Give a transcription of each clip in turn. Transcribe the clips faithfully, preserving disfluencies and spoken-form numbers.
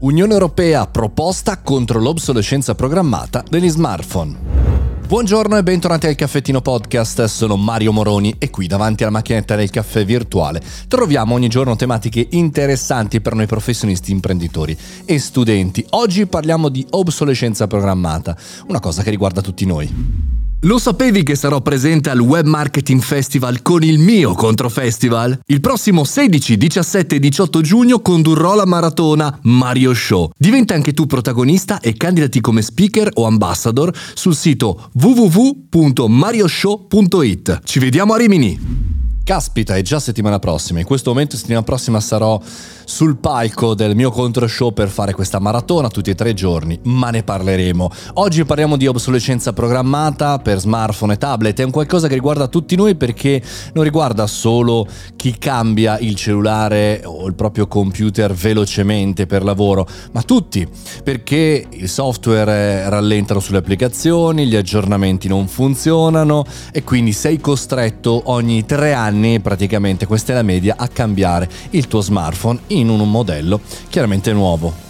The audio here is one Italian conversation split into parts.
Unione Europea proposta contro l'obsolescenza programmata degli smartphone. Buongiorno e bentornati al Caffettino Podcast, sono Mario Moroni e qui davanti alla macchinetta del caffè virtuale troviamo ogni giorno tematiche interessanti per noi professionisti, imprenditori e studenti. Oggi parliamo di obsolescenza programmata, una cosa che riguarda tutti noi. Lo sapevi che sarò presente al Web Marketing Festival con il mio Controfestival? Il prossimo sedici, diciassette e diciotto giugno condurrò la maratona Mario Show. Diventa anche tu protagonista e candidati come speaker o ambassador sul sito w w w punto mario show punto i t. Ci vediamo a Rimini! Caspita, è già settimana prossima. In questo momento settimana prossima sarò sul palco del mio contro show per fare questa maratona tutti e tre giorni, ma ne parleremo. Oggi parliamo di obsolescenza programmata per smartphone e tablet. È un qualcosa che riguarda tutti noi perché non riguarda solo chi cambia il cellulare o il proprio computer velocemente per lavoro, ma tutti, perché il software rallentano sulle applicazioni, gli aggiornamenti non funzionano e quindi sei costretto ogni tre anni praticamente, questa è la media, a cambiare il tuo smartphone in un modello chiaramente nuovo.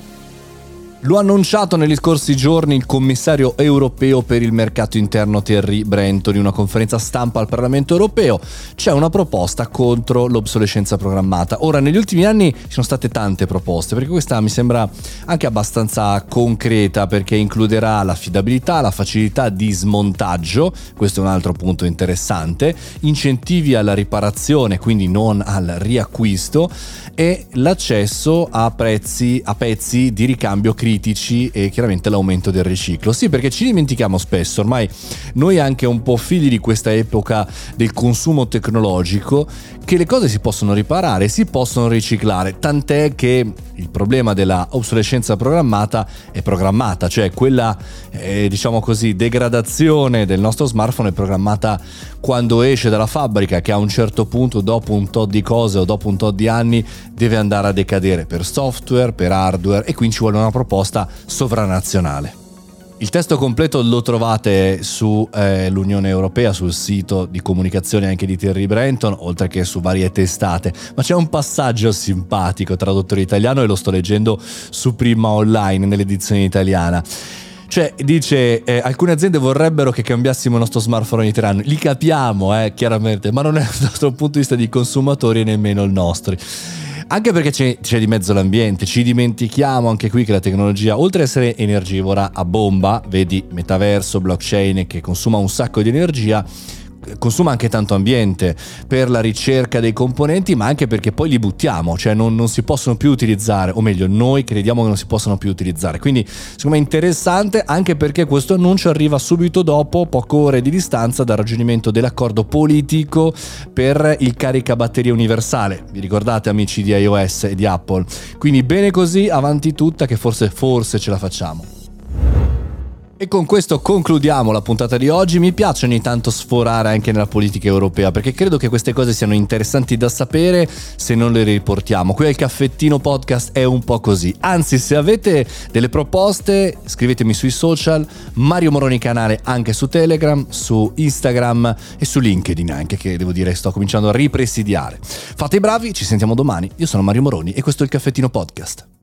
Lo ha annunciato negli scorsi giorni il commissario europeo per il mercato interno Thierry Breton in una conferenza stampa al Parlamento europeo. C'è una proposta contro l'obsolescenza programmata. Ora, negli ultimi anni ci sono state tante proposte, perché questa mi sembra anche abbastanza concreta, perché includerà l'affidabilità, la facilità di smontaggio, questo è un altro punto interessante, incentivi alla riparazione, quindi non al riacquisto, e l'accesso a prezzi a pezzi di ricambio critici e chiaramente l'aumento del riciclo. Sì, perché ci dimentichiamo spesso, ormai noi anche un po' figli di questa epoca del consumo tecnologico, che le cose si possono riparare, si possono riciclare, tant'è che il problema della obsolescenza programmata è programmata, cioè quella eh, diciamo così degradazione del nostro smartphone è programmata quando esce dalla fabbrica, che a un certo punto, dopo un tot di cose o dopo un tot di anni, deve andare a decadere per software, per hardware, e quindi ci vuole una proposta sovranazionale. Il testo completo lo trovate su eh, l'Unione Europea, sul sito di comunicazione anche di Thierry Breton, oltre che su varie testate, ma c'è un passaggio simpatico tradotto in italiano e lo sto leggendo su Prima Online nell'edizione italiana. Cioè dice eh, alcune aziende vorrebbero che cambiassimo il nostro smartphone ogni tre anni, li capiamo eh, chiaramente, ma non è dal nostro punto di vista di consumatori e nemmeno il nostro. Anche perché c'è, c'è di mezzo l'ambiente, ci dimentichiamo anche qui che la tecnologia, oltre ad essere energivora a bomba, vedi metaverso, blockchain, che consuma un sacco di energia, consuma anche tanto ambiente per la ricerca dei componenti, ma anche perché poi li buttiamo, cioè non, non si possono più utilizzare, o meglio noi crediamo che non si possano più utilizzare. Quindi secondo me è interessante, anche perché questo annuncio arriva subito dopo, poche ore di distanza dal raggiungimento dell'accordo politico per il caricabatterie universale. Vi ricordate, amici di iOS e di Apple? Quindi bene così, avanti tutta, che forse forse ce la facciamo. E con questo concludiamo la puntata di oggi. Mi piace ogni tanto sforare anche nella politica europea, perché credo che queste cose siano interessanti da sapere se non le riportiamo. Qui al Caffettino Podcast è un po' così. Anzi, se avete delle proposte, scrivetemi sui social, Mario Moroni canale anche su Telegram, su Instagram e su LinkedIn anche, che devo dire sto cominciando a ripresidiare. Fate i bravi, ci sentiamo domani. Io sono Mario Moroni e questo è il Caffettino Podcast.